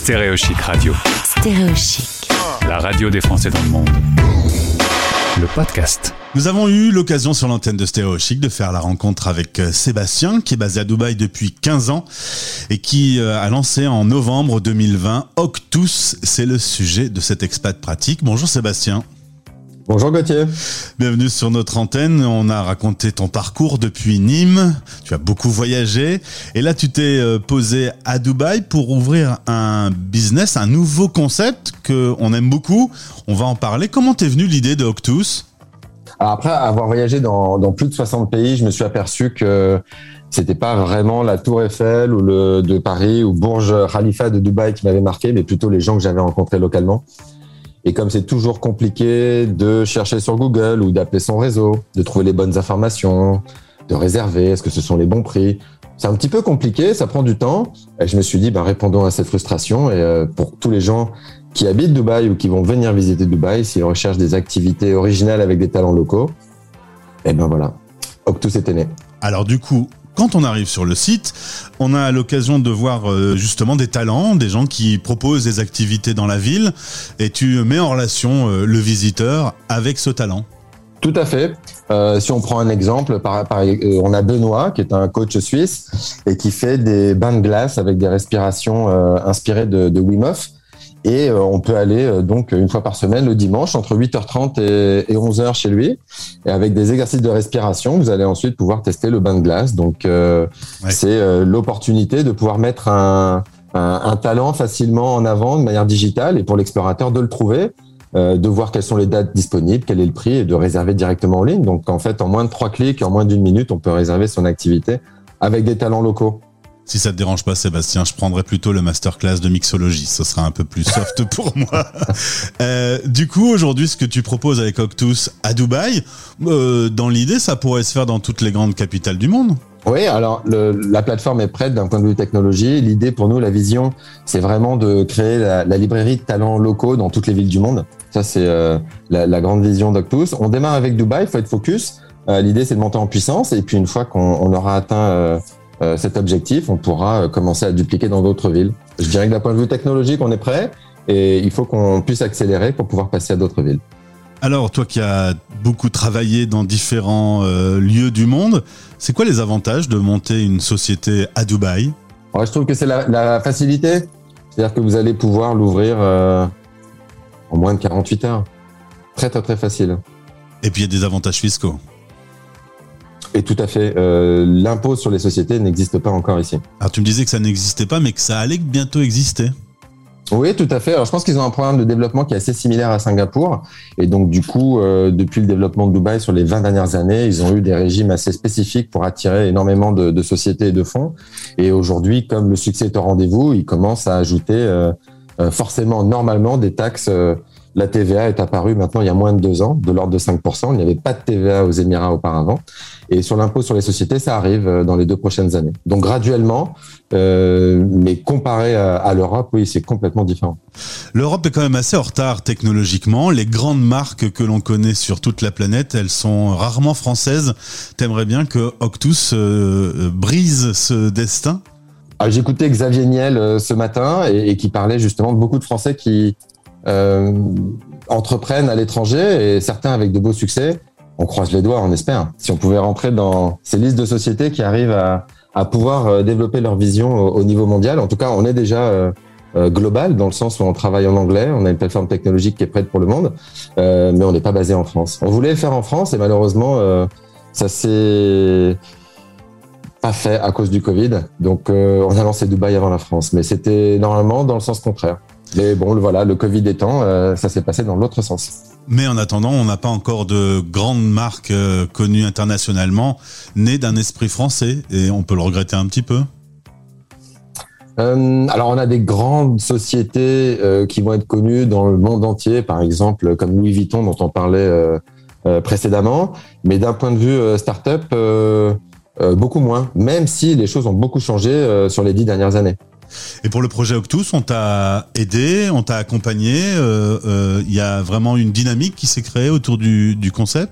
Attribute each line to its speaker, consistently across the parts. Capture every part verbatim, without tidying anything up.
Speaker 1: Stéréochic Radio.
Speaker 2: Stéréochic.
Speaker 1: La radio des Français dans le monde. Le podcast.
Speaker 3: Nous avons eu l'occasion sur l'antenne de Stéréochic de faire la rencontre avec Sébastien, qui est basé à Dubaï depuis quinze ans et qui a lancé en novembre deux mille vingt Octus. C'est le sujet de cet expat pratique. Bonjour Sébastien.
Speaker 4: Bonjour Gauthier.
Speaker 3: Bienvenue sur notre antenne. On a raconté ton parcours depuis Nîmes. Tu as beaucoup voyagé. Et là, tu t'es posé à Dubaï pour ouvrir un business, un nouveau concept qu'on aime beaucoup. On va en parler. Comment t'es venue l'idée de Octus ?
Speaker 4: Alors après avoir voyagé dans, dans plus de soixante pays, je me suis aperçu que c'était pas vraiment la Tour Eiffel ou le de Paris ou Burj Khalifa de Dubaï qui m'avait marqué, mais plutôt les gens que j'avais rencontrés localement. Et comme c'est toujours compliqué de chercher sur Google ou d'appeler son réseau, de trouver les bonnes informations, de réserver, est-ce que ce sont les bons prix, c'est un petit peu compliqué, ça prend du temps. Et je me suis dit, ben, répondons à cette frustration. Et euh, pour tous les gens qui habitent Dubaï ou qui vont venir visiter Dubaï, s'ils recherchent des activités originales avec des talents locaux, et ben voilà, Octus était né.
Speaker 3: Alors du coup, quand on arrive sur le site, on a l'occasion de voir euh, justement des talents, des gens qui proposent des activités dans la ville, et tu mets en relation euh, le visiteur avec ce talent.
Speaker 4: Tout à fait. Euh, si on prend un exemple, par, par, euh, on a Benoît, qui est un coach suisse, et qui fait des bains de glace avec des respirations euh, inspirées de, de Wim Hof. Et euh, on peut aller euh, donc une fois par semaine le dimanche entre huit heures trente et, et onze heures chez lui, et avec des exercices de respiration, vous allez ensuite pouvoir tester le bain de glace. Donc euh, ouais. c'est euh, l'opportunité de pouvoir mettre un, un, un talent facilement en avant de manière digitale, et pour l'explorateur de le trouver, euh, de voir quelles sont les dates disponibles, quel est le prix, et de réserver directement en ligne. Donc en fait, en moins de trois clics et en moins d'une minute, on peut réserver son activité avec des talents locaux.
Speaker 3: Si ça te dérange pas, Sébastien, je prendrais plutôt le masterclass de mixologie. Ce sera un peu plus soft pour moi. Euh, du coup, aujourd'hui, ce que tu proposes avec Octus à Dubaï, euh, dans l'idée, ça pourrait se faire dans toutes les grandes capitales du monde.
Speaker 4: Oui, alors le, la plateforme est prête d'un point de vue technologie. L'idée pour nous, la vision, c'est vraiment de créer la, la librairie de talents locaux dans toutes les villes du monde. Ça, c'est euh, la, la grande vision d'Octus. On démarre avec Dubaï, il faut être focus. Euh, l'idée, c'est de monter en puissance. Et puis, une fois qu'on on aura atteint euh, Euh, cet objectif, on pourra euh, commencer à dupliquer dans d'autres villes. Je dirais que d'un point de vue technologique, on est prêt, et il faut qu'on puisse accélérer pour pouvoir passer à d'autres villes.
Speaker 3: Alors, toi qui as beaucoup travaillé dans différents euh, lieux du monde, c'est quoi les avantages de monter une société à Dubaï ?
Speaker 4: Alors, je trouve que c'est la, la facilité. C'est-à-dire que vous allez pouvoir l'ouvrir euh, en moins de quarante-huit heures. Très, très, très facile.
Speaker 3: Et puis, il y a des avantages fiscaux.
Speaker 4: Et tout à fait. Euh, l'impôt sur les sociétés n'existe pas encore ici.
Speaker 3: Alors, tu me disais que ça n'existait pas, mais que ça allait bientôt exister.
Speaker 4: Oui, tout à fait. Alors, je pense qu'ils ont un programme de développement qui est assez similaire à Singapour. Et donc, du coup, euh, depuis le développement de Dubaï sur les vingt dernières années, ils ont eu des régimes assez spécifiques pour attirer énormément de, de sociétés et de fonds. Et aujourd'hui, comme le succès est au rendez-vous, ils commencent à ajouter euh, euh, forcément, normalement, des taxes. Euh, La T V A est apparue maintenant il y a moins de deux ans, de l'ordre de cinq pour cent. Il n'y avait pas de T V A aux Émirats auparavant. Et sur l'impôt sur les sociétés, ça arrive dans les deux prochaines années. Donc graduellement, euh, mais comparé à, à l'Europe, oui, c'est complètement différent.
Speaker 3: L'Europe est quand même assez en retard technologiquement. Les grandes marques que l'on connaît sur toute la planète, elles sont rarement françaises. T'aimerais bien que Octus euh, brise ce destin ?
Speaker 4: Alors, j'écoutais Xavier Niel euh, ce matin et, et qui parlait justement de beaucoup de Français qui Euh, entreprennent à l'étranger, et certains avec de beaux succès. On croise les doigts, on espère. Si on pouvait rentrer dans ces listes de sociétés qui arrivent à, à pouvoir développer leur vision au, au niveau mondial. En tout cas, on est déjà euh, global dans le sens où on travaille en anglais, on a une plateforme technologique qui est prête pour le monde, euh, mais on n'est pas basé en France. On voulait le faire en France et malheureusement, euh, ça s'est pas fait à cause du Covid. Donc, euh, on a lancé Dubaï avant la France, mais c'était normalement dans le sens contraire. Mais bon, voilà, le Covid étant, euh, ça s'est passé dans l'autre sens.
Speaker 3: Mais en attendant, on n'a pas encore de grandes marques euh, connues internationalement, nées d'un esprit français, et on peut le regretter un petit peu.
Speaker 4: Euh, alors, on a des grandes sociétés euh, qui vont être connues dans le monde entier, par exemple, comme Louis Vuitton, dont on parlait euh, euh, précédemment. Mais d'un point de vue euh, start-up, euh, euh, beaucoup moins, même si les choses ont beaucoup changé euh, sur les dix dernières années.
Speaker 3: Et pour le projet Octus, on t'a aidé, on t'a accompagné. Il euh, euh, y a vraiment une dynamique qui s'est créée autour du, du concept ?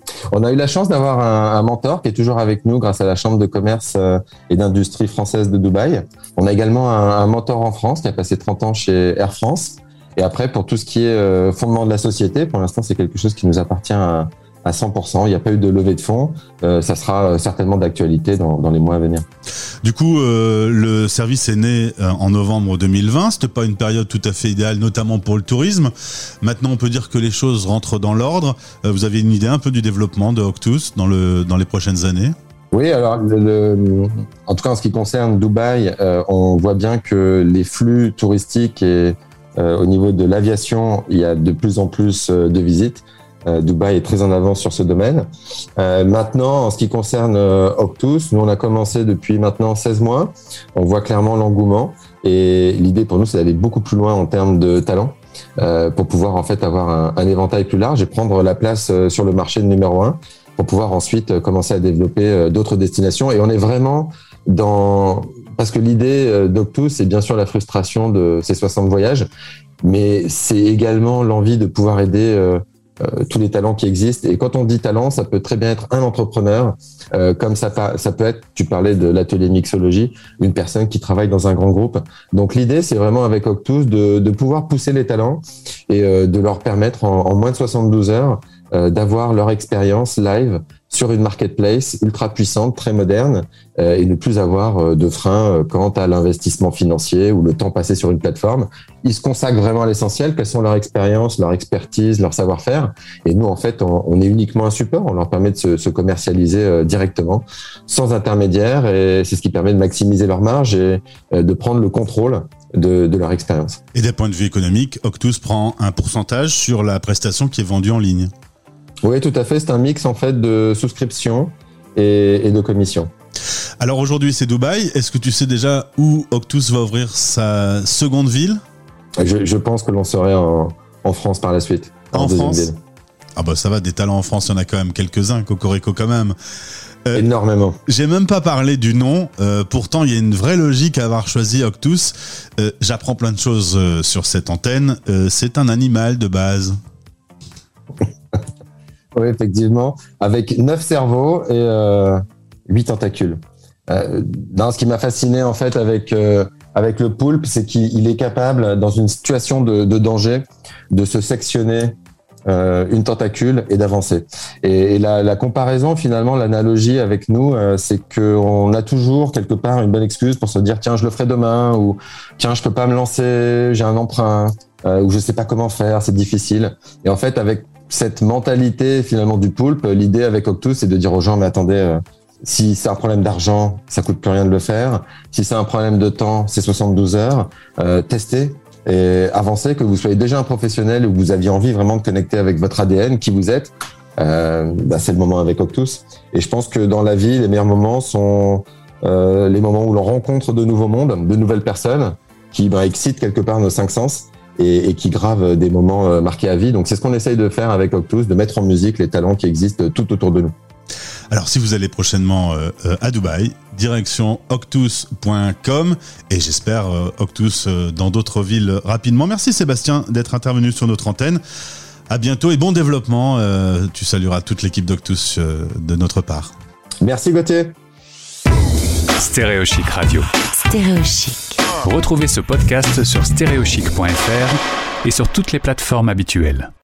Speaker 4: On a eu la chance d'avoir un, un mentor qui est toujours avec nous grâce à la Chambre de commerce et d'industrie française de Dubaï. On a également un, un mentor en France qui a passé trente ans chez Air France. Et après, pour tout ce qui est fondement de la société, pour l'instant, c'est quelque chose qui nous appartient à, à cent pour cent. Il n'y a pas eu de levée de fonds. Euh, ça sera certainement d'actualité dans, dans les mois à venir.
Speaker 3: Du coup, euh, le service est né euh, en novembre deux mille vingt. C'était pas une période tout à fait idéale, notamment pour le tourisme. Maintenant, on peut dire que les choses rentrent dans l'ordre. Euh, vous avez une idée un peu du développement de Octus dans le dans les prochaines années?
Speaker 4: Oui, alors le, le, en tout cas en ce qui concerne Dubaï, euh, on voit bien que les flux touristiques et euh, au niveau de l'aviation, il y a de plus en plus de visites. Euh, Dubaï est très en avance sur ce domaine. Euh, maintenant, en ce qui concerne euh, Octus, nous on a commencé depuis maintenant seize mois. On voit clairement l'engouement et l'idée pour nous c'est d'aller beaucoup plus loin en termes de talent euh, pour pouvoir en fait avoir un, un éventail plus large et prendre la place euh, sur le marché numéro un pour pouvoir ensuite euh, commencer à développer euh, d'autres destinations. Et on est vraiment dans parce que l'idée euh, d'Octus c'est bien sûr la frustration de ces soixante voyages, mais c'est également l'envie de pouvoir aider euh, Euh, tous les talents qui existent. Et quand on dit talent, ça peut très bien être un entrepreneur, euh, comme ça, ça peut être, tu parlais de l'atelier mixologie, une personne qui travaille dans un grand groupe. Donc l'idée, c'est vraiment avec Octus de, de pouvoir pousser les talents et euh, de leur permettre en, en moins de soixante-douze heures euh, d'avoir leur expérience live sur une marketplace ultra puissante, très moderne, euh, et ne plus avoir euh, de frein euh, quant à l'investissement financier ou le temps passé sur une plateforme. Ils se consacrent vraiment à l'essentiel, quelles sont leurs expériences, leur expertise, leur savoir-faire. Et nous, en fait, on, on est uniquement un support. On leur permet de se, se commercialiser euh, directement, sans intermédiaire, et c'est ce qui permet de maximiser leur marge et euh, de prendre le contrôle de, de leur expérience.
Speaker 3: Et d'un point de vue économique, Octus prend un pourcentage sur la prestation qui est vendue en ligne.
Speaker 4: Oui, tout à fait. C'est un mix en fait de souscription et, et de commission.
Speaker 3: Alors aujourd'hui, c'est Dubaï. Est-ce que tu sais déjà où Octus va ouvrir sa seconde ville ?
Speaker 4: Je, je pense que l'on serait en, en France par la suite.
Speaker 3: En France ? Ville. Ah bah ça va, des talents en France, il y en a quand même quelques-uns, Cocorico quand même.
Speaker 4: Euh, Énormément.
Speaker 3: J'ai même pas parlé du nom. Euh, pourtant, il y a une vraie logique à avoir choisi Octus. Euh, j'apprends plein de choses euh, sur cette antenne. Euh, c'est un animal de base.
Speaker 4: Oui, effectivement, avec neuf cerveaux et euh, huit tentacules. Euh, dans ce qui m'a fasciné en fait avec euh, avec le poulpe, c'est qu'il est capable, dans une situation de, de danger, de se sectionner euh, une tentacule et d'avancer. Et, et la, la comparaison, finalement, l'analogie avec nous, euh, c'est que on a toujours quelque part une bonne excuse pour se dire tiens, je le ferai demain, ou tiens, je peux pas me lancer, j'ai un emprunt, euh, ou je sais pas comment faire, c'est difficile. Et en fait, avec cette mentalité finalement du poulpe, l'idée avec Octus, c'est de dire aux gens, mais attendez, euh, si c'est un problème d'argent, ça coûte plus rien de le faire. Si c'est un problème de temps, c'est soixante-douze heures. Euh, testez et avancez, que vous soyez déjà un professionnel ou que vous aviez envie vraiment de connecter avec votre A D N, qui vous êtes. Euh, bah, c'est le moment avec Octus. Et je pense que dans la vie, les meilleurs moments sont euh, les moments où l'on rencontre de nouveaux mondes, de nouvelles personnes qui bah, excitent quelque part nos cinq sens. Et, et qui grave des moments euh, marqués à vie. Donc c'est ce qu'on essaye de faire avec Octus, de mettre en musique les talents qui existent tout autour de nous.
Speaker 3: Alors si vous allez prochainement euh, à Dubaï, direction octus point com, et j'espère euh, Octus euh, dans d'autres villes rapidement. Merci Sébastien d'être intervenu sur notre antenne. À bientôt et bon développement. Euh, tu salueras toute l'équipe d'Octus euh, de notre part.
Speaker 4: Merci Gauthier.
Speaker 1: Stéréo Chic Radio.
Speaker 2: Stéréo Chic.
Speaker 1: Retrouvez ce podcast sur stéréo chic point f r et sur toutes les plateformes habituelles.